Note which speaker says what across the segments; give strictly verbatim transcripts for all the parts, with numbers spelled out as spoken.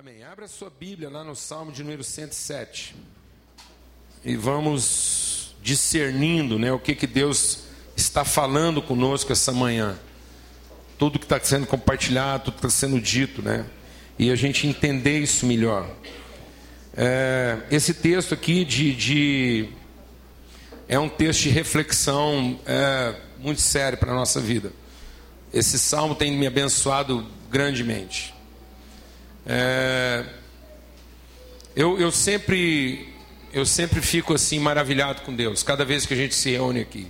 Speaker 1: Amém. Abra sua Bíblia lá no Salmo de número cento e sete. E vamos discernindo, né, o que, que Deus está falando conosco essa manhã. Tudo que está sendo compartilhado, tudo que está sendo dito, né? E a gente entender isso melhor. É, esse texto aqui de, de, é um texto de reflexão é, muito sério para a nossa vida. Esse salmo tem me abençoado grandemente. É, eu, eu, sempre, eu sempre fico assim maravilhado com Deus, cada vez que a gente se reúne aqui.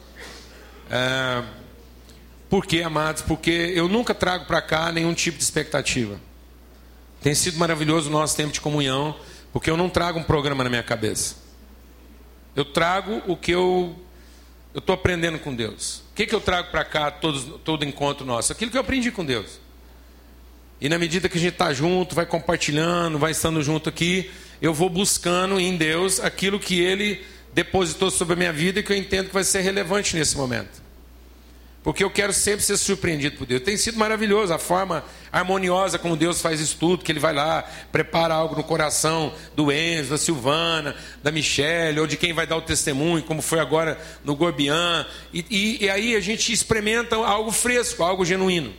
Speaker 1: É, por quê, amados? Porque eu nunca trago para cá nenhum tipo de expectativa. Tem sido maravilhoso o nosso tempo de comunhão, porque eu não trago um programa na minha cabeça. Eu trago o que eu estou aprendendo com Deus. O que, que eu trago para cá todos, todo encontro nosso? Aquilo que eu aprendi com Deus. E na medida que a gente está junto, vai compartilhando, vai estando junto aqui, eu vou buscando em Deus aquilo que Ele depositou sobre a minha vida e que eu entendo que vai ser relevante nesse momento. Porque eu quero sempre ser surpreendido por Deus. Tem sido maravilhoso a forma harmoniosa como Deus faz isso tudo, que Ele vai lá, prepara algo no coração do Enzo, da Silvana, da Michele, ou de quem vai dar o testemunho, como foi agora no Gorbian. E, e, e aí a gente experimenta algo fresco, algo genuíno.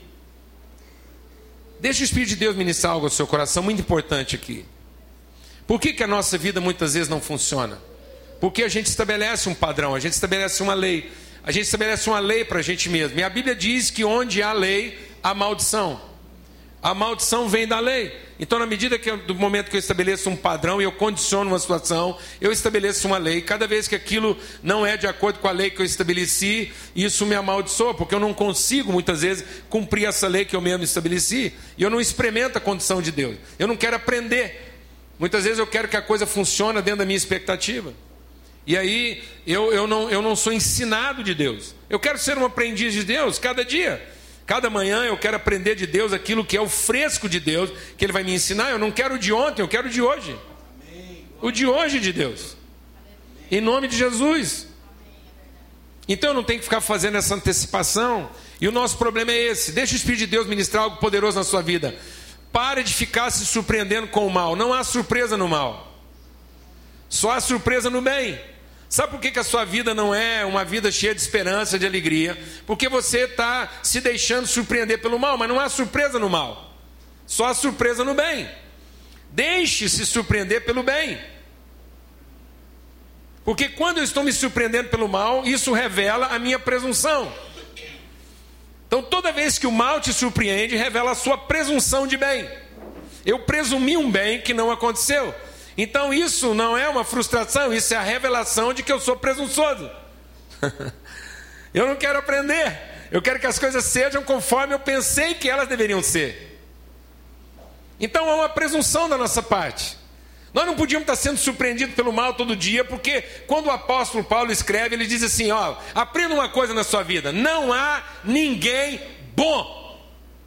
Speaker 1: Deixa o Espírito de Deus ministrar algo ao seu coração, muito importante aqui. Por que que a nossa vida muitas vezes não funciona? Porque a gente estabelece um padrão, a gente estabelece uma lei. A gente estabelece uma lei para a gente mesmo. E a Bíblia diz que onde há lei, há maldição. A maldição vem da lei. Então, na medida que eu, do momento que eu estabeleço um padrão e eu condiciono uma situação, eu estabeleço uma lei. Cada vez que aquilo não é de acordo com a lei que eu estabeleci, isso me amaldiçoa, porque eu não consigo, muitas vezes, cumprir essa lei que eu mesmo estabeleci. E eu não experimento a condição de Deus. Eu não quero aprender. Muitas vezes eu quero que a coisa funcione dentro da minha expectativa. E aí, eu, eu, não, eu não sou ensinado de Deus. Eu quero ser um aprendiz de Deus cada dia. Cada manhã eu quero aprender de Deus aquilo que é o fresco de Deus, que Ele vai me ensinar. Eu não quero o de ontem, eu quero o de hoje. O de hoje de Deus. Em nome de Jesus. Então eu não tenho que ficar fazendo essa antecipação. E o nosso problema é esse. Deixa o Espírito de Deus ministrar algo poderoso na sua vida. Pare de ficar se surpreendendo com o mal. Não há surpresa no mal. Só há surpresa no bem. Sabe por que que a sua vida não é uma vida cheia de esperança, de alegria? Porque você está se deixando surpreender pelo mal, mas não há surpresa no mal. Só há surpresa no bem. Deixe-se surpreender pelo bem. Porque quando eu estou me surpreendendo pelo mal, isso revela a minha presunção. Então toda vez que o mal te surpreende, revela a sua presunção de bem. Eu presumi um bem que não aconteceu. Então isso não é uma frustração, isso é a revelação de que eu sou presunçoso. Eu não quero aprender, eu quero que as coisas sejam conforme eu pensei que elas deveriam ser. Então há uma presunção da nossa parte. Nós não podíamos estar sendo surpreendidos pelo mal todo dia, porque quando o apóstolo Paulo escreve, ele diz assim, ó, aprenda uma coisa na sua vida, não há ninguém bom.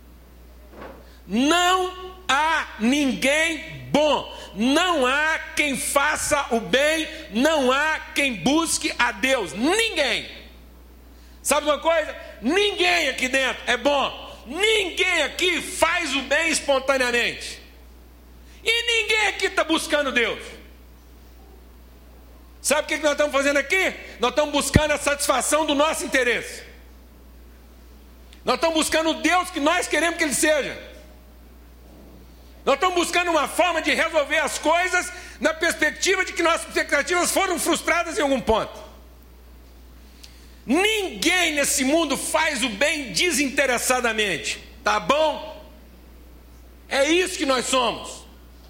Speaker 1: Não há ninguém bom. Não há quem faça o bem, não há quem busque a Deus. Ninguém. Sabe uma coisa? Ninguém aqui dentro é bom. Ninguém aqui faz o bem espontaneamente. E ninguém aqui está buscando Deus. Sabe o que nós estamos fazendo aqui? Nós estamos buscando a satisfação do nosso interesse. Nós estamos buscando o Deus que nós queremos que Ele seja. Nós estamos buscando uma forma de resolver as coisas na perspectiva de que nossas expectativas foram frustradas em algum ponto. Ninguém nesse mundo faz o bem desinteressadamente. Tá bom? É isso que nós somos.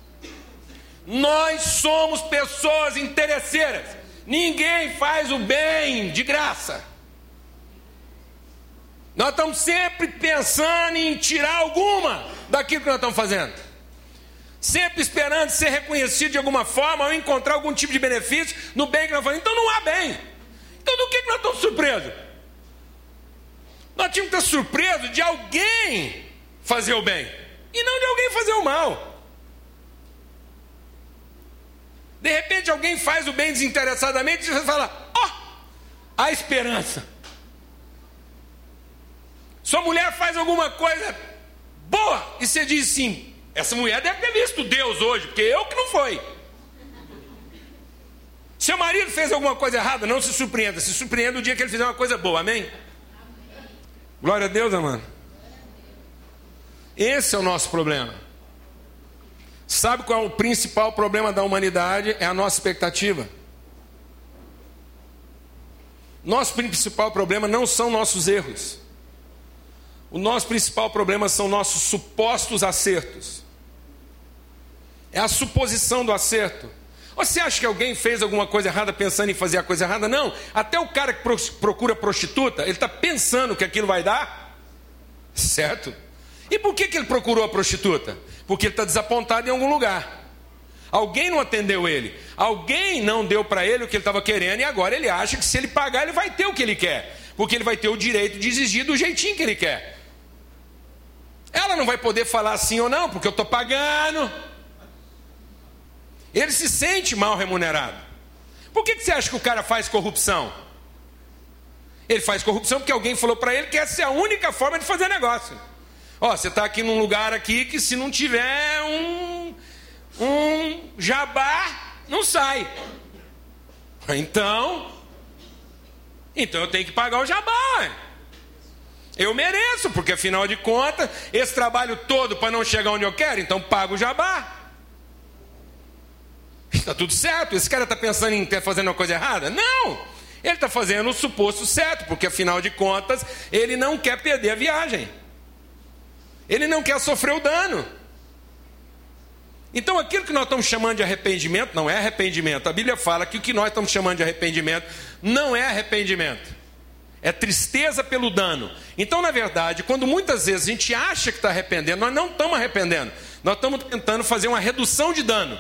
Speaker 1: Nós somos pessoas interesseiras. Ninguém faz o bem de graça. Nós estamos sempre pensando em tirar alguma daquilo que nós estamos fazendo. Sempre esperando ser reconhecido de alguma forma ou encontrar algum tipo de benefício no bem que nós fazemos. Então não há bem. Então do que, que nós estamos surpresos? Nós tínhamos que estar surpresos de alguém fazer o bem e não de alguém fazer o mal. De repente alguém faz o bem desinteressadamente e você fala, ó, oh, há esperança. Sua mulher faz alguma coisa boa e você diz sim, Essa mulher deve ter visto Deus hoje, porque eu que não foi. Seu marido fez alguma coisa errada, não se surpreenda. Se surpreenda o dia que ele fizer uma coisa boa, amém? Amém. Glória a Deus, amado. Esse é o nosso problema. Sabe qual é o principal problema da humanidade? É a nossa expectativa. Nosso principal problema não são nossos erros. O nosso principal problema são nossos supostos acertos. É a suposição do acerto. Você acha que alguém fez alguma coisa errada pensando em fazer a coisa errada? Não. Até o cara que procura prostituta, ele está pensando que aquilo vai dar. Certo? E por que, que ele procurou a prostituta? Porque ele está desapontado em algum lugar. Alguém não atendeu ele. Alguém não deu para ele o que ele estava querendo. E agora ele acha que se ele pagar, ele vai ter o que ele quer. Porque ele vai ter o direito de exigir do jeitinho que ele quer. Ela não vai poder falar sim ou não, porque eu estou pagando. Ele se sente mal remunerado. Por que, que você acha que o cara faz corrupção? Ele faz corrupção porque alguém falou para ele que essa é a única forma de fazer negócio. Ó, você está aqui num lugar aqui que se não tiver um, um jabá, não sai. Então, então eu tenho que pagar o jabá. Eu mereço, porque afinal de contas, esse trabalho todo para não chegar onde eu quero, então pago o jabá. Está tudo certo? Esse cara está pensando em estar fazendo uma coisa errada? Não! Ele está fazendo o suposto certo, porque afinal de contas, ele não quer perder a viagem. Ele não quer sofrer o dano. Então aquilo que nós estamos chamando de arrependimento, não é arrependimento. A Bíblia fala que o que nós estamos chamando de arrependimento não é arrependimento. É tristeza pelo dano. Então, na verdade, quando muitas vezes a gente acha que está arrependendo, nós não estamos arrependendo. Nós estamos tentando fazer uma redução de dano.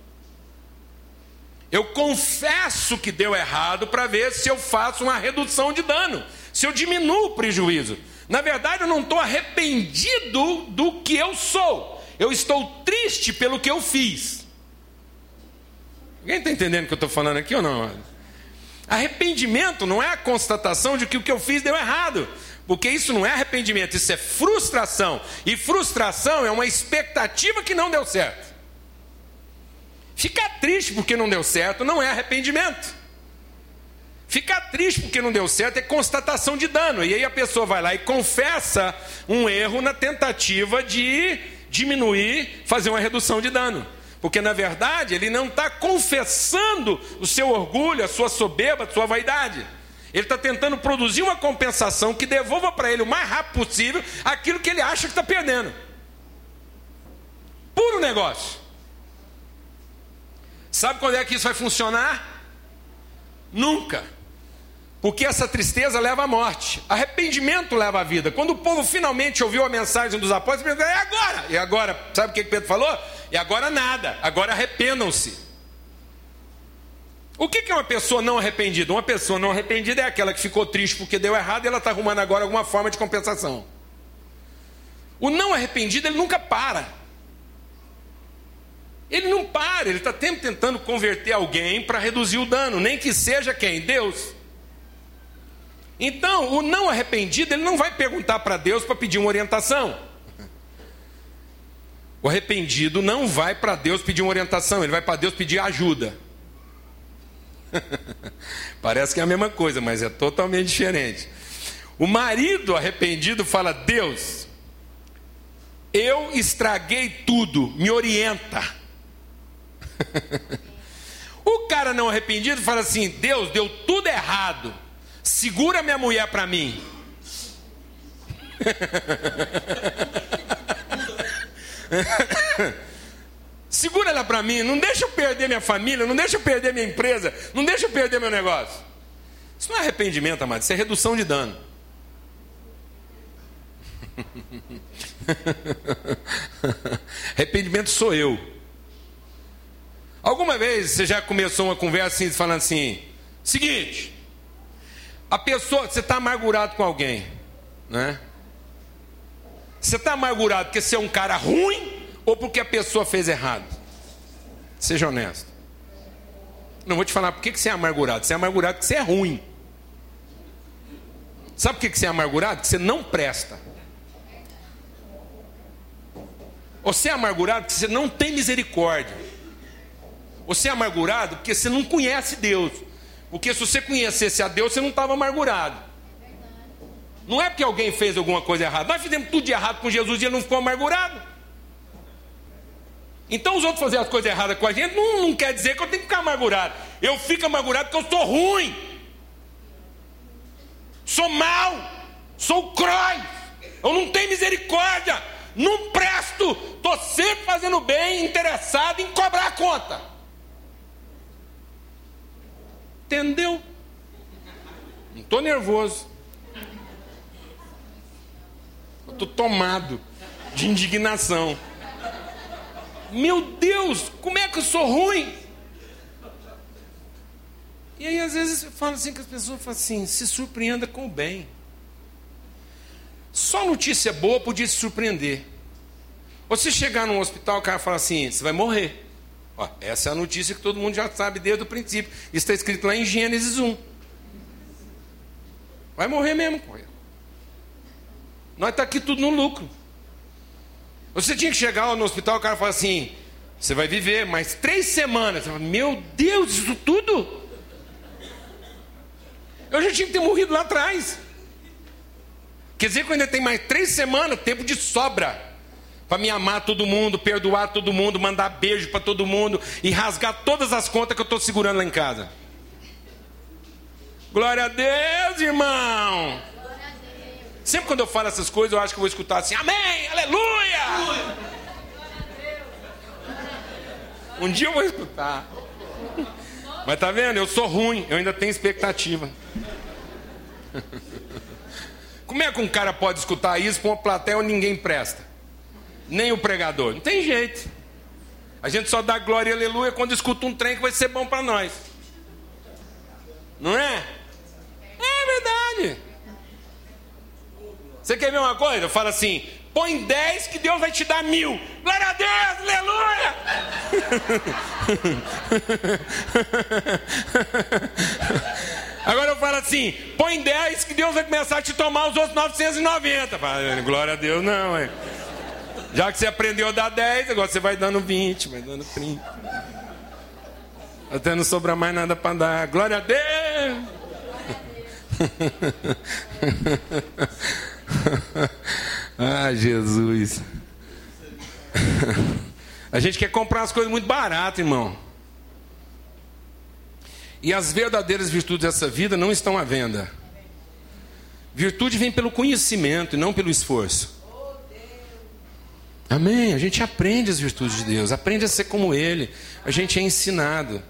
Speaker 1: Eu confesso que deu errado para ver se eu faço uma redução de dano, se eu diminuo o prejuízo. Na verdade, eu não estou arrependido do que eu sou. Eu estou triste pelo que eu fiz. Alguém está entendendo o que eu estou falando aqui ou não? Arrependimento não é a constatação de que o que eu fiz deu errado. Porque isso não é arrependimento, isso é frustração. E frustração é uma expectativa que não deu certo. Ficar triste porque não deu certo não é arrependimento. Ficar triste porque não deu certo é constatação de dano. E aí a pessoa vai lá e confessa um erro na tentativa de diminuir, fazer uma redução de dano. Porque na verdade ele não está confessando o seu orgulho, a sua soberba, a sua vaidade. Ele está tentando produzir uma compensação que devolva para ele o mais rápido possível aquilo que ele acha que está perdendo. Puro negócio. Sabe quando é que isso vai funcionar? Nunca. Porque essa tristeza leva à morte. Arrependimento leva à vida. Quando o povo finalmente ouviu a mensagem dos apóstolos, pensou, é agora. E agora, sabe o que Pedro falou? E agora nada. Agora arrependam-se. O que é uma pessoa não arrependida? Uma pessoa não arrependida é aquela que ficou triste porque deu errado e ela está arrumando agora alguma forma de compensação. O não arrependido, ele nunca para. Ele não para, ele está sempre tentando converter alguém para reduzir o dano, nem que seja quem? Deus. Então, o não arrependido, ele não vai perguntar para Deus para pedir uma orientação. O arrependido não vai para Deus pedir uma orientação, ele vai para Deus pedir ajuda. Parece que é a mesma coisa, mas é totalmente diferente. O marido arrependido fala, Deus, eu estraguei tudo, me orienta. O cara não arrependido fala assim, Deus, deu tudo errado, segura minha mulher para mim. Segura ela para mim, não deixa eu perder minha família, não deixa eu perder minha empresa, não deixa eu perder meu negócio. Isso não é arrependimento, amado, isso é redução de dano. Arrependimento sou eu. Alguma vez você já começou uma conversa assim, falando assim, seguinte, a pessoa, você está amargurado com alguém, né? Você está amargurado porque você é um cara ruim ou porque a pessoa fez errado? Seja honesto. Não vou te falar por que você é amargurado. Você é amargurado porque você é ruim. Sabe por que você é amargurado? Porque você não presta. Você é amargurado porque você não tem misericórdia. Você é amargurado porque você não conhece Deus. Porque se você conhecesse a Deus, você não estava amargurado. Não é porque alguém fez alguma coisa errada. Nós fizemos tudo de errado com Jesus e ele não ficou amargurado. Então os outros fazerem as coisas erradas com a gente não, não quer dizer que eu tenho que ficar amargurado. Eu fico amargurado porque eu sou ruim. Sou mau. Sou croz. Eu não tenho misericórdia. Não presto. Estou sempre fazendo bem, interessado em cobrar a conta. Entendeu? Não estou nervoso. Eu estou tomado de indignação. Meu Deus, como é que eu sou ruim? E aí às vezes eu falo assim que as pessoas falam assim, se surpreenda com o bem. Só notícia boa podia te surpreender. Você chegar num hospital, o cara fala assim, você vai morrer. Ó, essa é a notícia que todo mundo já sabe desde o princípio. Isso está escrito lá em Gênesis um. Vai morrer mesmo, correio. Nós está aqui tudo no lucro. Você tinha que chegar lá no hospital, o cara fala assim, você vai viver mais três semanas. Você fala, meu Deus, isso tudo? Eu já tinha que ter morrido lá atrás. Quer dizer que eu ainda tenho mais três semanas, tempo de sobra, para me amar todo mundo, perdoar todo mundo, mandar beijo para todo mundo e rasgar todas as contas que eu estou segurando lá em casa. Glória a Deus, irmão. Sempre quando eu falo essas coisas, eu acho que eu vou escutar assim, amém, aleluia. Um dia eu vou escutar. Mas tá vendo, eu sou ruim, eu ainda tenho expectativa. Como é que um cara pode escutar isso para uma plateia onde ninguém presta? Nem o pregador, não tem jeito. A gente só dá glória e aleluia quando escuta um trem que vai ser bom para nós. Não é? É verdade. Você quer ver uma coisa? Eu falo assim, põe dez que Deus vai te dar mil. Glória a Deus, aleluia. Agora eu falo assim, põe dez que Deus vai começar a te tomar os outros novecentos e noventa. Fala, glória a Deus, não, é. Já que você aprendeu a dar dez, agora você vai dando vinte, vai dando trinta. Até não sobra mais nada para dar. Glória a Deus. Ah, Jesus. A gente quer comprar as coisas muito baratas, irmão. E as verdadeiras virtudes dessa vida não estão à venda. Virtude vem pelo conhecimento e não pelo esforço. Amém? A gente aprende as virtudes de Deus, aprende a ser como Ele. A gente é ensinado.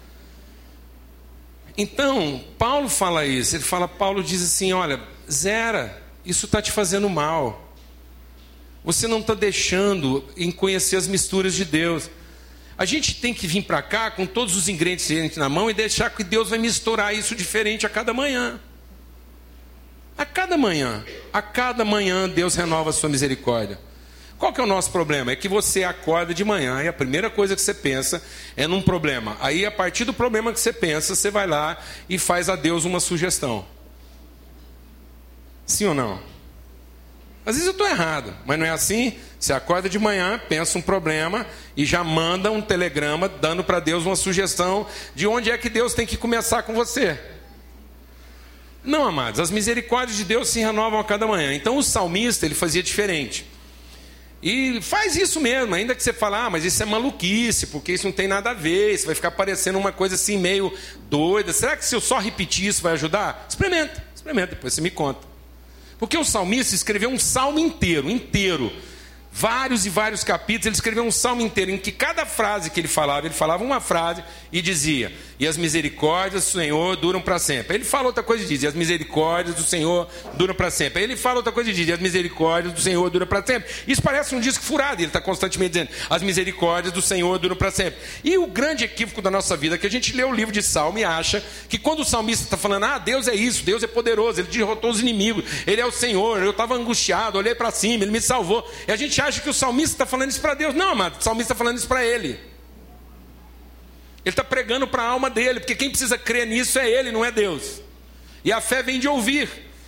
Speaker 1: Então, Paulo fala isso. Ele fala, Paulo diz assim, olha, zera, isso está te fazendo mal. Você não está deixando em conhecer as misturas de Deus. A gente tem que vir para cá com todos os ingredientes na mão e deixar que Deus vai misturar isso diferente a cada manhã. A cada manhã. A cada manhã Deus renova a sua misericórdia. Qual que é o nosso problema? É que você acorda de manhã e a primeira coisa que você pensa é num problema. Aí, a partir do problema que você pensa, você vai lá e faz a Deus uma sugestão. Sim ou não? Às vezes eu estou errado, mas não é assim. Você acorda de manhã, pensa um problema e já manda um telegrama dando para Deus uma sugestão de onde é que Deus tem que começar com você. Não, amados, as misericórdias de Deus se renovam a cada manhã. Então o salmista, ele fazia diferente. E faz isso mesmo, ainda que você fale, ah, mas isso é maluquice, porque isso não tem nada a ver, isso vai ficar parecendo uma coisa assim meio doida. Será que se eu só repetir isso vai ajudar? Experimenta, experimenta, depois você me conta. Porque o salmista escreveu um salmo inteiro, inteiro. Vários e vários capítulos, ele escreveu um salmo inteiro, em que cada frase que ele falava, ele falava uma frase e dizia, e as misericórdias do Senhor duram para sempre. Aí ele fala outra coisa e diz, e as misericórdias do Senhor duram para sempre. Aí ele fala outra coisa e diz, e as misericórdias do Senhor duram para sempre. Isso parece um disco furado, ele está constantemente dizendo, as misericórdias do Senhor duram para sempre. E o grande equívoco da nossa vida é que a gente lê o livro de Salmo e acha que quando o salmista está falando, ah, Deus é isso, Deus é poderoso, Ele derrotou os inimigos, Ele é o Senhor, eu estava angustiado, olhei para cima, Ele me salvou. E a gente acha que o salmista está falando isso para Deus. Não, amado, o salmista está falando isso para ele. Ele está pregando para a alma dele, porque quem precisa crer nisso é ele, não é Deus. E a fé vem de ouvir.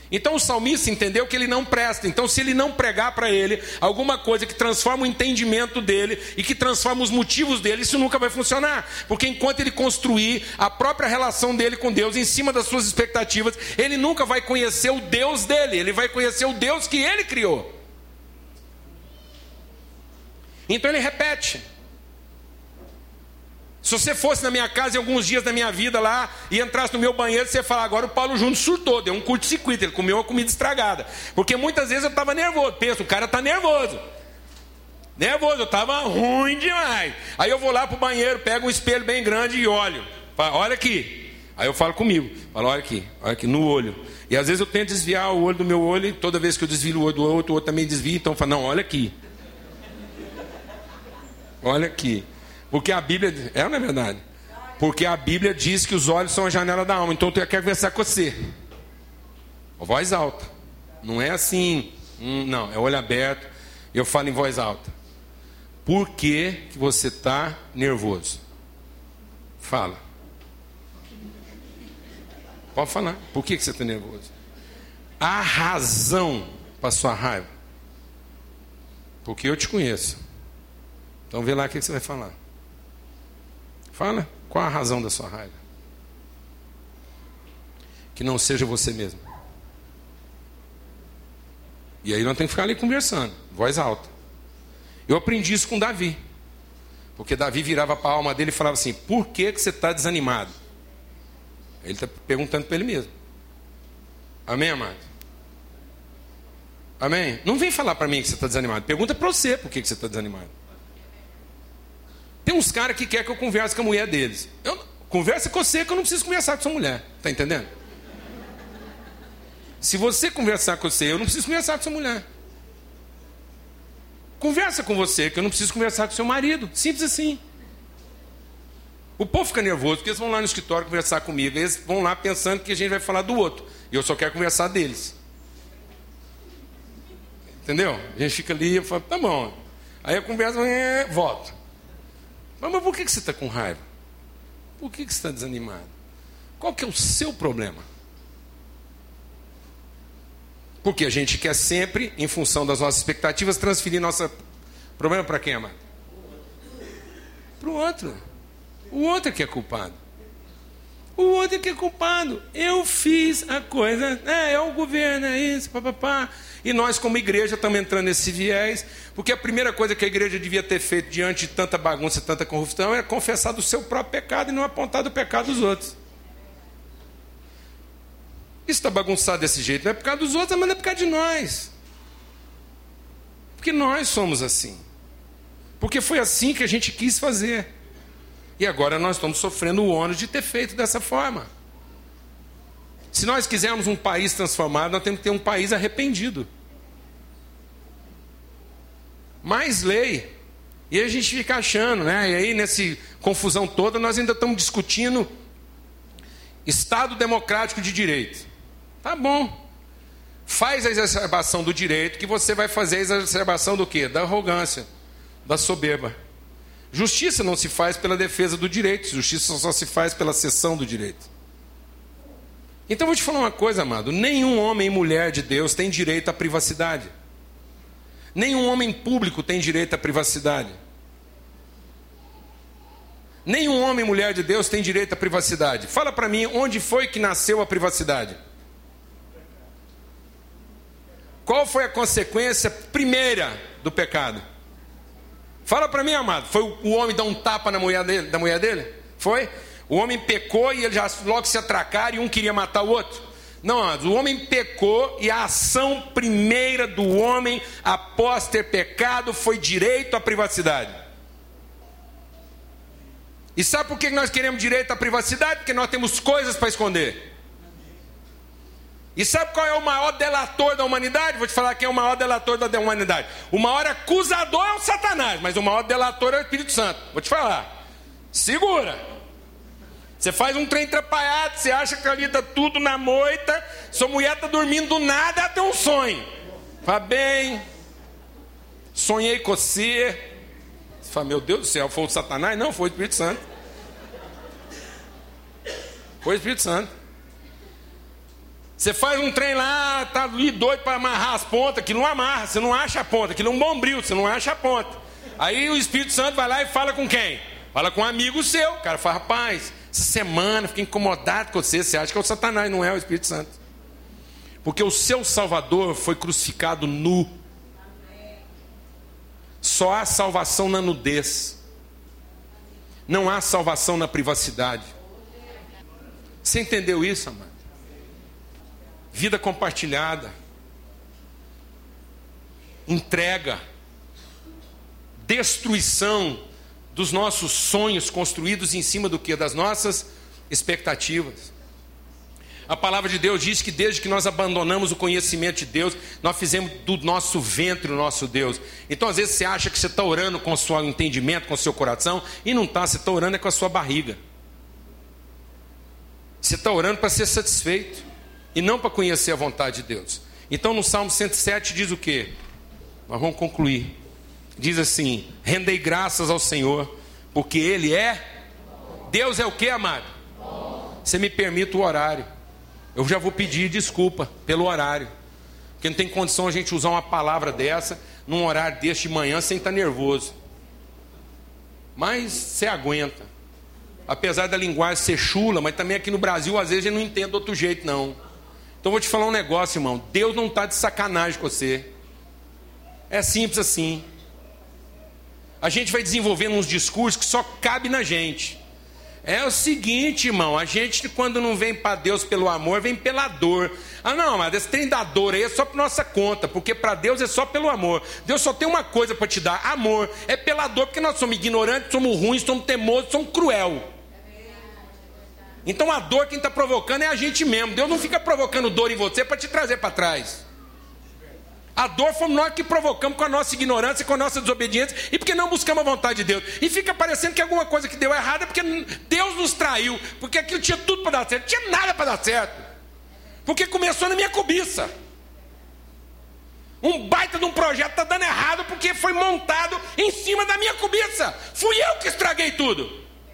Speaker 1: Então o salmista entendeu que ele não presta. Então se ele não pregar para ele alguma coisa que transforma o entendimento dele e que transforma os motivos dele, isso nunca vai funcionar. Porque enquanto ele construir a própria relação dele com Deus em cima das suas expectativas, ele nunca vai conhecer o Deus dele. Ele vai conhecer o Deus que ele criou. Então ele repete. Se você fosse na minha casa em alguns dias da minha vida lá e entrasse no meu banheiro, você ia falar, agora o Paulo Júnior surtou, deu um curto-circuito, ele comeu uma comida estragada. Porque muitas vezes eu estava nervoso. Pensa, o cara está nervoso. Nervoso, eu estava ruim demais. Aí eu vou lá para o banheiro, pego um espelho bem grande e olho. Falo, olha aqui. Aí eu falo comigo, falo, olha aqui, olha aqui, no olho. E às vezes eu tento desviar o olho do meu olho, e toda vez que eu desvio o olho do outro, o outro também desvia. Então eu falo, não, olha aqui. Olha aqui. Porque a Bíblia... É ou não é verdade? Porque a Bíblia diz que os olhos são a janela da alma. Então eu quero conversar com você. A voz alta. Não é assim... Hum, não, é olho aberto. Eu falo em voz alta. Por que, que você está nervoso? Fala. Pode falar. Por que, que você está nervoso? A razão para sua raiva. Porque eu te conheço. Então vê lá o que você vai falar. Fala, qual a razão da sua raiva? Que não seja você mesmo. E aí nós temos que ficar ali conversando, voz alta. Eu aprendi isso com Davi. Porque Davi virava para a alma dele e falava assim, por que, que você está desanimado? Ele está perguntando para ele mesmo. Amém, amado? Amém? Não vem falar para mim que você está desanimado. Pergunta para você por que, que você está desanimado. Tem uns caras que querem que eu converse com a mulher deles. Eu, conversa com você que eu não preciso conversar com sua mulher. Está entendendo? Se você conversar com você, eu não preciso conversar com sua mulher. Conversa com você que eu não preciso conversar com seu marido. Simples assim. O povo fica nervoso porque eles vão lá no escritório conversar comigo. Eles vão lá pensando que a gente vai falar do outro. E eu só quero conversar deles. Entendeu? A gente fica ali e eu falo, tá bom. Aí eu converso e volto. Mas por que você está com raiva? Por que você está desanimado? Qual que é o seu problema? Porque a gente quer sempre, em função das nossas expectativas, transferir nosso problema para quem, amado? Para o outro. O outro é que é culpado. O outro é que é culpado. Eu fiz a coisa, é, é o governo, é isso, papapá. E nós, como igreja, estamos entrando nesse viés, porque a primeira coisa que a igreja devia ter feito diante de tanta bagunça, tanta corrupção, era confessar do seu próprio pecado e não apontar do pecado dos outros. Isso está bagunçado desse jeito, não é por causa dos outros, mas é por causa de nós. Porque nós somos assim. Porque foi assim que a gente quis fazer. E agora nós estamos sofrendo o ônus de ter feito dessa forma. Se nós quisermos um país transformado, nós temos que ter um país arrependido. Mais lei. E aí a gente fica achando, né? E aí nessa confusão toda, nós ainda estamos discutindo Estado democrático de direito. Tá bom. Faz a exacerbação do direito, que você vai fazer a exacerbação do quê? Da arrogância, da soberba. Justiça não se faz pela defesa do direito, justiça só se faz pela cessão do direito. Então eu vou te falar uma coisa, amado. Nenhum homem e mulher de Deus tem direito à privacidade. Nenhum homem público tem direito à privacidade. Nenhum homem e mulher de Deus tem direito à privacidade. Fala para mim, onde foi que nasceu a privacidade? Qual foi a consequência primeira do pecado? Fala para mim, amado. Foi o homem dar um tapa na mulher dele, da mulher dele? Foi? O homem pecou e eles já logo se atracaram e um queria matar o outro? Não, amado. O homem pecou e a ação primeira do homem após ter pecado foi direito à privacidade. E sabe por que nós queremos direito à privacidade? Porque nós temos coisas para esconder. E sabe qual é o maior delator da humanidade? Vou te falar quem é o maior delator da humanidade. O maior acusador é o Satanás, mas o maior delator é o Espírito Santo. Vou te falar. Segura. Você faz um trem atrapalhado, você acha que ali está tudo na moita, sua mulher está dormindo do nada, ela tem um sonho. Fala bem, sonhei com você. Você fala, meu Deus do céu, foi o Satanás? Não, foi o Espírito Santo. Foi o Espírito Santo. Você faz um trem lá, tá ali doido para amarrar as pontas, que não amarra, você não acha a ponta, que não é um bombril, você não acha a ponta. Aí o Espírito Santo vai lá e fala com quem? Fala com um amigo seu. O cara fala, rapaz, essa semana fiquei incomodado com você, você acha que é o Satanás, não é o Espírito Santo. Porque o seu Salvador foi crucificado nu. Só há salvação na nudez. Não há salvação na privacidade. Você entendeu isso, amado? Vida compartilhada, entrega, destruição dos nossos sonhos construídos em cima do quê? Das nossas expectativas. A palavra de Deus diz que desde que nós abandonamos o conhecimento de Deus, nós fizemos do nosso ventre o nosso Deus. Então às vezes você acha que você está orando com o seu entendimento, com o seu coração, e não está, você está orando é com a sua barriga. Você está orando para ser satisfeito e não para conhecer a vontade de Deus. Então no Salmo cento e sete diz o quê? Nós vamos concluir. Diz assim: rendei graças ao Senhor, porque Ele é... Deus é o que, amado? Você me permite o horário. Eu já vou pedir desculpa pelo horário, porque não tem condição a gente usar uma palavra dessa num horário deste de manhã sem estar nervoso. Mas você aguenta. Apesar da linguagem ser chula, mas também aqui no Brasil às vezes a gente não entende de outro jeito não. Então vou te falar um negócio, irmão. Deus não está de sacanagem com você. É simples assim. A gente vai desenvolvendo uns discursos que só cabe na gente. É o seguinte, irmão, a gente quando não vem para Deus pelo amor, vem pela dor. Ah não, mas esse trem da dor aí é só por nossa conta, porque para Deus é só pelo amor. Deus só tem uma coisa para te dar, amor. É pela dor, porque nós somos ignorantes, somos ruins, somos teimosos, somos cruel. Então a dor quem está provocando é a gente mesmo. Deus não fica provocando dor em você para te trazer para trás. A dor fomos nós que provocamos com a nossa ignorância, com a nossa desobediência, e porque não buscamos a vontade de Deus. E fica parecendo que alguma coisa que deu errado é porque Deus nos traiu, porque aquilo tinha tudo para dar certo, não tinha nada para dar certo, porque começou na minha cobiça. Um baita de um projeto está dando errado porque foi montado em cima da minha cobiça. Fui eu que estraguei tudo.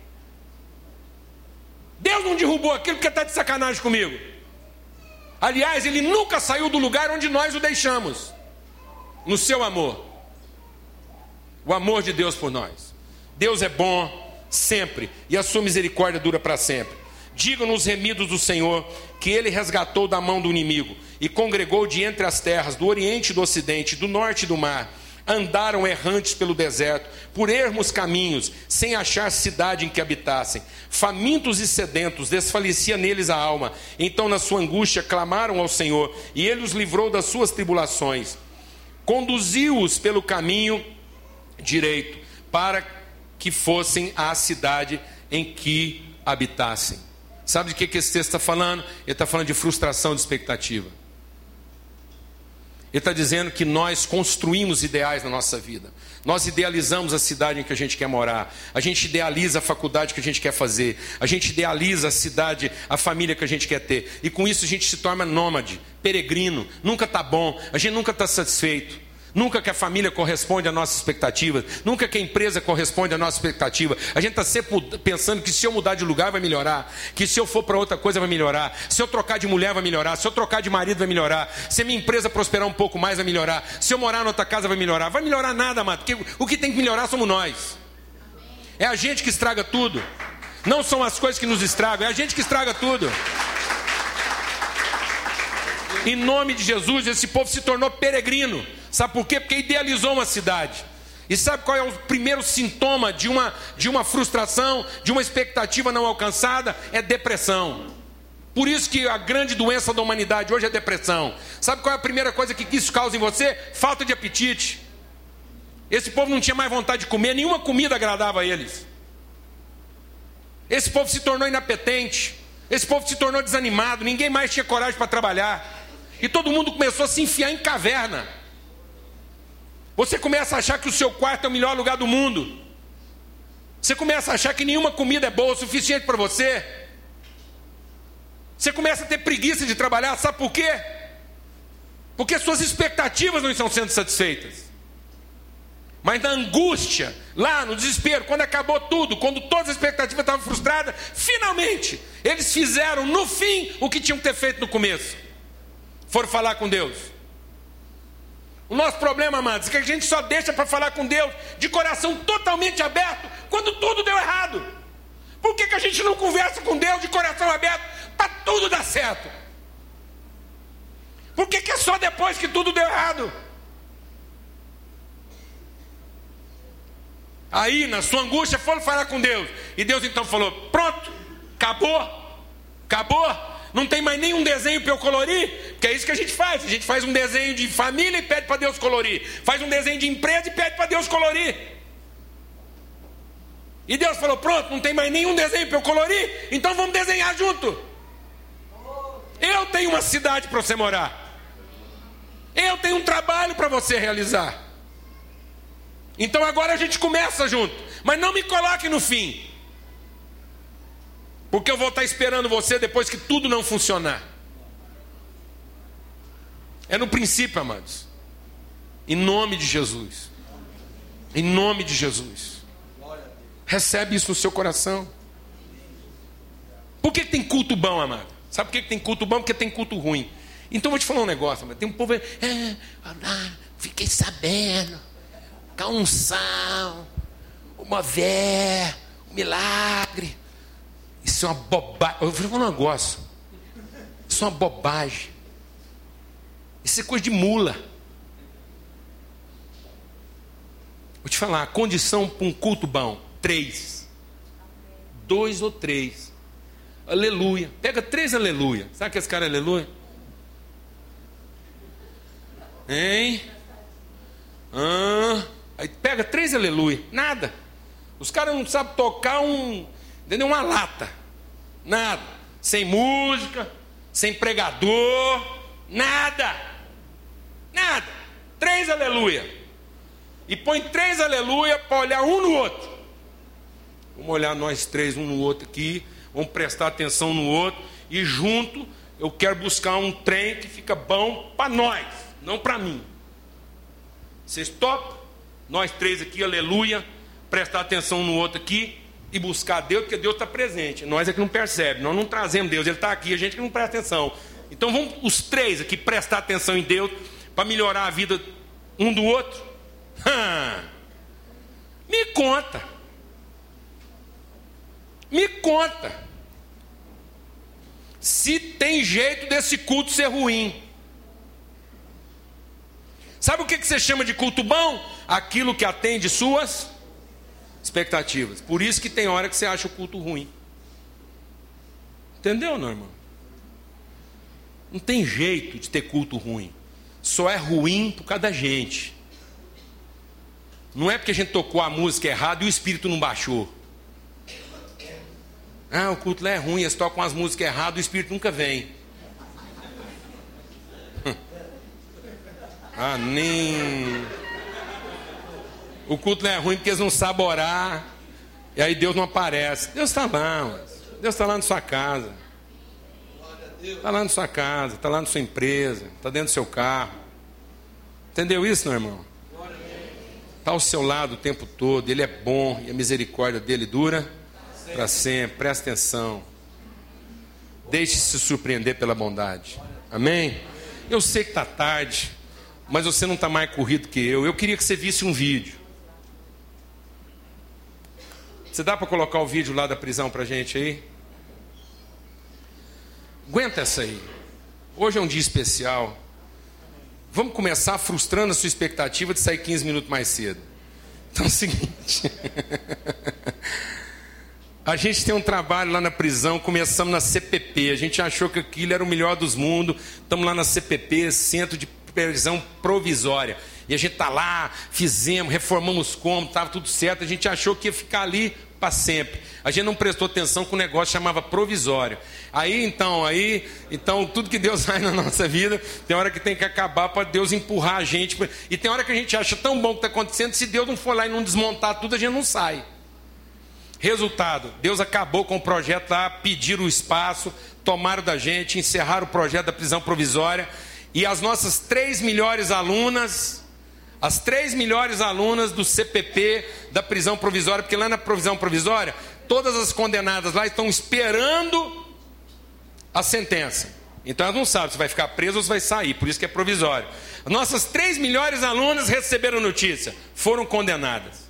Speaker 1: Deus não derrubou aquilo porque está de sacanagem comigo. Aliás, Ele nunca saiu do lugar onde nós o deixamos. No seu amor. O amor de Deus por nós. Deus é bom sempre, e a sua misericórdia dura para sempre. Digam-nos os remidos do Senhor, que Ele resgatou da mão do inimigo, e congregou de entre as terras, do oriente e do ocidente, do norte e do mar. Andaram errantes pelo deserto, por ermos caminhos, sem achar cidade em que habitassem. Famintos e sedentos, desfalecia neles a alma. Então na sua angústia clamaram ao Senhor, e Ele os livrou das suas tribulações. Conduziu-os pelo caminho direito, para que fossem à cidade em que habitassem. Sabe de que, que esse texto está falando? Ele está falando de frustração de expectativa. Ele está dizendo que nós construímos ideais na nossa vida. Nós idealizamos a cidade em que a gente quer morar. A gente idealiza a faculdade que a gente quer fazer. A gente idealiza a cidade, a família que a gente quer ter. E com isso a gente se torna nômade, peregrino. Nunca está bom, a gente nunca está satisfeito. Nunca que a família corresponde às nossas expectativas. Nunca que a empresa corresponde à nossa expectativa. A gente está sempre pensando que se eu mudar de lugar vai melhorar. Que se eu for para outra coisa vai melhorar. Se eu trocar de mulher vai melhorar. Se eu trocar de marido vai melhorar. Se a minha empresa prosperar um pouco mais vai melhorar. Se eu morar em outra casa vai melhorar. Vai melhorar nada, mano. Porque o que tem que melhorar somos nós. É a gente que estraga tudo. Não são as coisas que nos estragam. É a gente que estraga tudo. Em nome de Jesus, esse povo se tornou peregrino. Sabe por quê? Porque idealizou uma cidade. E sabe qual é o primeiro sintoma de uma, de uma frustração, de uma expectativa não alcançada? É depressão. Por isso que a grande doença da humanidade hoje é depressão. Sabe qual é a primeira coisa que isso causa em você? Falta de apetite. Esse povo não tinha mais vontade de comer, nenhuma comida agradava a eles. Esse povo se tornou inapetente. Esse povo se tornou desanimado, ninguém mais tinha coragem para trabalhar. E todo mundo começou a se enfiar em caverna. Você começa a achar que o seu quarto é o melhor lugar do mundo. Você começa a achar que nenhuma comida é boa o suficiente para você. Você começa a ter preguiça de trabalhar, sabe por quê? Porque suas expectativas não estão sendo satisfeitas. Mas na angústia, lá no desespero, quando acabou tudo, quando todas as expectativas estavam frustradas, finalmente, eles fizeram no fim o que tinham que ter feito no começo. foram falar com Deus? O nosso problema, amados, é que a gente só deixa para falar com Deus de coração totalmente aberto quando tudo deu errado. Por que, que a gente não conversa com Deus de coração aberto para tudo dar certo? Por que, que é só depois que tudo deu errado? Aí, na sua angústia, foram falar com Deus. E Deus então falou: pronto, acabou, acabou. Não tem mais nenhum desenho para eu colorir, porque é isso que a gente faz. A gente faz um desenho de família e pede para Deus colorir. Faz um desenho de empresa e pede para Deus colorir. E Deus falou: pronto, não tem mais nenhum desenho para eu colorir, então vamos desenhar junto. Eu tenho uma cidade para você morar. Eu tenho um trabalho para você realizar. Então agora a gente começa junto. Mas não me coloque no fim, porque eu vou estar esperando você depois que tudo não funcionar. É no princípio, amados. Em nome de Jesus. Em nome de Jesus. Recebe isso no seu coração. Por que tem culto bom, amado? Sabe por que tem culto bom? Porque tem culto ruim. Então eu vou te falar um negócio, amado. Tem um povo aí, é, ah, fiquei sabendo, a unção, uma vé, um milagre. Isso é uma bobagem. Eu vou falar um negócio. Isso é uma bobagem. Isso é coisa de mula. Vou te falar, a condição para um culto bom: três. Dois ou três. Aleluia. Pega três aleluia. Sabe que esse cara é aleluia? Hein? Ah, aí pega três aleluia. Nada. Os caras não sabem tocar um, entendeu? Uma lata. Nada. Sem música, sem pregador, nada. Nada. Três aleluia. E põe três aleluia para olhar um no outro. Vamos olhar nós três um no outro aqui. Vamos prestar atenção no outro. E junto eu quero buscar um trem que fica bom para nós, não para mim. Vocês topam? Nós três aqui, aleluia. Prestar atenção no outro aqui e buscar Deus, porque Deus está presente. Nós é que não percebe, nós não trazemos Deus, Ele está aqui, a gente que não presta atenção. Então vamos os três aqui prestar atenção em Deus para melhorar a vida um do outro. Hum. Me conta. Me conta. Se tem jeito desse culto ser ruim. Sabe o que você chama de culto bom? Aquilo que atende suas expectativas. Por isso que tem hora que você acha o culto ruim. Entendeu, não, irmão? Não tem jeito de ter culto ruim. Só é ruim por causa da gente. Não é porque a gente tocou a música errada e o espírito não baixou. Ah, o culto lá é ruim, eles tocam as músicas erradas, o espírito nunca vem. Ah, nem... O culto não é ruim porque eles não sabem orar. E aí Deus não aparece. Deus está lá, mas Deus está lá na sua casa. Está lá na sua casa, está lá na sua empresa, está dentro do seu carro. Entendeu isso, meu irmão? Está ao seu lado o tempo todo. Ele é bom e a misericórdia dele dura para sempre. Presta atenção. Deixe-se surpreender pela bondade. Amém? Eu sei que está tarde, mas você não está mais corrido que eu. Eu queria que você visse um vídeo. Você dá para colocar o vídeo lá da prisão para a gente aí? Aguenta essa aí. Hoje é um dia especial. Vamos começar frustrando a sua expectativa de sair quinze minutos mais cedo. Então é o seguinte. A gente tem um trabalho lá na prisão, começamos na C P P. A gente achou que aquilo era o melhor dos mundos. Estamos lá na C P P, Centro de Prisão Provisória. E a gente está lá, fizemos, reformamos como, estava tudo certo. A gente achou que ia ficar ali para sempre. A gente não prestou atenção que o negócio chamava provisório. Aí então, aí, então tudo que Deus faz na nossa vida, tem hora que tem que acabar para Deus empurrar a gente. E tem hora que a gente acha tão bom o que está acontecendo, se Deus não for lá e não desmontar tudo, a gente não sai. Resultado, Deus acabou com o projeto lá, pediram o espaço, tomaram da gente, encerraram o projeto da prisão provisória. E as nossas três melhores alunas, as três melhores alunas do C P P, da prisão provisória, porque lá na prisão provisória, todas as condenadas lá estão esperando a sentença. Então elas não sabem se vai ficar preso ou se vai sair, por isso que é provisório. Nossas três melhores alunas receberam notícia, foram condenadas.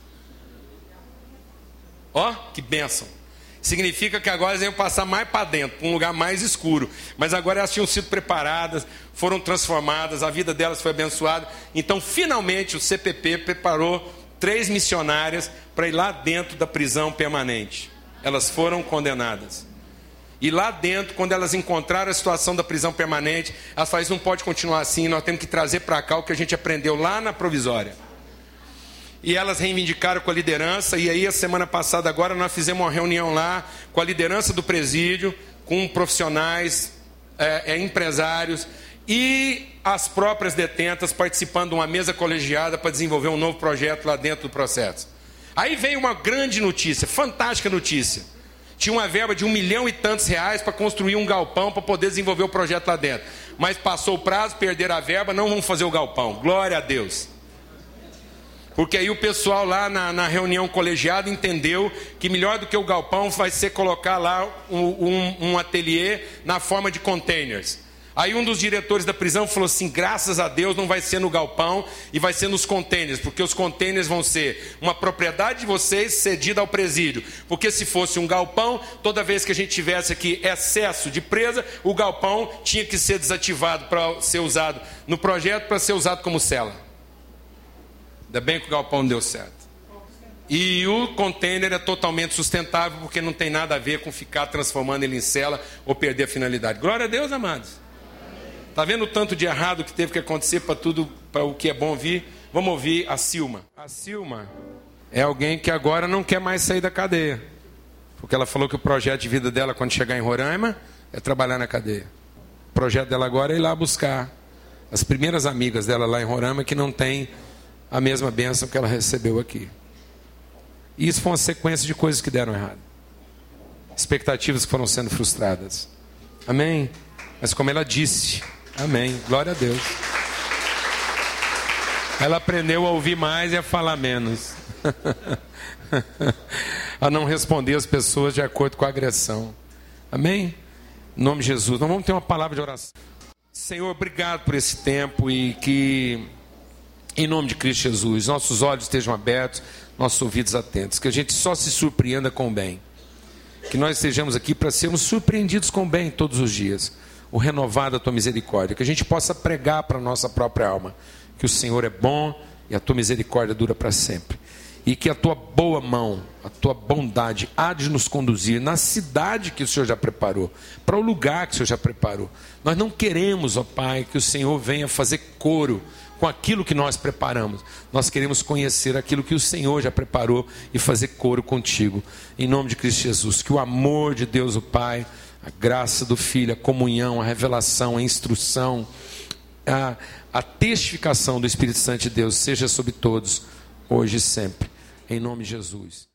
Speaker 1: Ó, que bênção. Significa que agora elas iam passar mais para dentro, para um lugar mais escuro. Mas agora elas tinham sido preparadas, foram transformadas, a vida delas foi abençoada. Então, finalmente, o C P P preparou três missionárias para ir lá dentro da prisão permanente. Elas foram condenadas. E lá dentro, quando elas encontraram a situação da prisão permanente, elas falaram, isso não pode continuar assim, nós temos que trazer para cá o que a gente aprendeu lá na provisória. E elas reivindicaram com a liderança, e aí a semana passada agora nós fizemos uma reunião lá com a liderança do presídio, com profissionais, é, é, empresários e as próprias detentas participando de uma mesa colegiada para desenvolver um novo projeto lá dentro do processo. Aí veio uma grande notícia, fantástica notícia. Tinha uma verba de um milhão e tantos reais para construir um galpão para poder desenvolver o projeto lá dentro. Mas passou o prazo, perderam a verba, não vão fazer o galpão. Glória a Deus. Porque aí o pessoal lá na, na reunião colegiada entendeu que melhor do que o galpão vai ser colocar lá um, um, um ateliê na forma de containers. Aí um dos diretores da prisão falou assim, graças a Deus não vai ser no galpão e vai ser nos containers, porque os containers vão ser uma propriedade de vocês cedida ao presídio. Porque se fosse um galpão, toda vez que a gente tivesse aqui excesso de presa, o galpão tinha que ser desativado para ser usado no projeto, para ser usado como cela. Ainda bem que o galpão deu certo. E o container é totalmente sustentável, porque não tem nada a ver com ficar transformando ele em cela ou perder a finalidade. Glória a Deus, amados. Está vendo o tanto de errado que teve que acontecer para tudo, para o que é bom ouvir? Vamos ouvir a Silma. A Silma é alguém que agora não quer mais sair da cadeia. Porque ela falou que o projeto de vida dela, quando chegar em Roraima, é trabalhar na cadeia. O projeto dela agora é ir lá buscar as primeiras amigas dela lá em Roraima que não tem a mesma bênção que ela recebeu aqui. E isso foi uma sequência de coisas que deram errado. Expectativas que foram sendo frustradas. Amém? Mas como ela disse, amém, glória a Deus. Ela aprendeu a ouvir mais e a falar menos. A não responder as pessoas de acordo com a agressão. Amém? Em nome de Jesus. Nós vamos ter uma palavra de oração. Senhor, obrigado por esse tempo e que... Em nome de Cristo Jesus, nossos olhos estejam abertos, nossos ouvidos atentos, que a gente só se surpreenda com o bem. Que nós estejamos aqui para sermos surpreendidos com o bem todos os dias. O renovar da tua misericórdia. Que a gente possa pregar para a nossa própria alma. Que o Senhor é bom e a tua misericórdia dura para sempre. E que a tua boa mão, a tua bondade há de nos conduzir na cidade que o Senhor já preparou. Para o lugar que o Senhor já preparou. Nós não queremos, ó Pai, que o Senhor venha fazer coro com aquilo que nós preparamos. Nós queremos conhecer aquilo que o Senhor já preparou e fazer coro contigo. Em nome de Cristo Jesus, que o amor de Deus o Pai, a graça do Filho, a comunhão, a revelação, a instrução, a, a testificação do Espírito Santo de Deus seja sobre todos, hoje e sempre. Em nome de Jesus.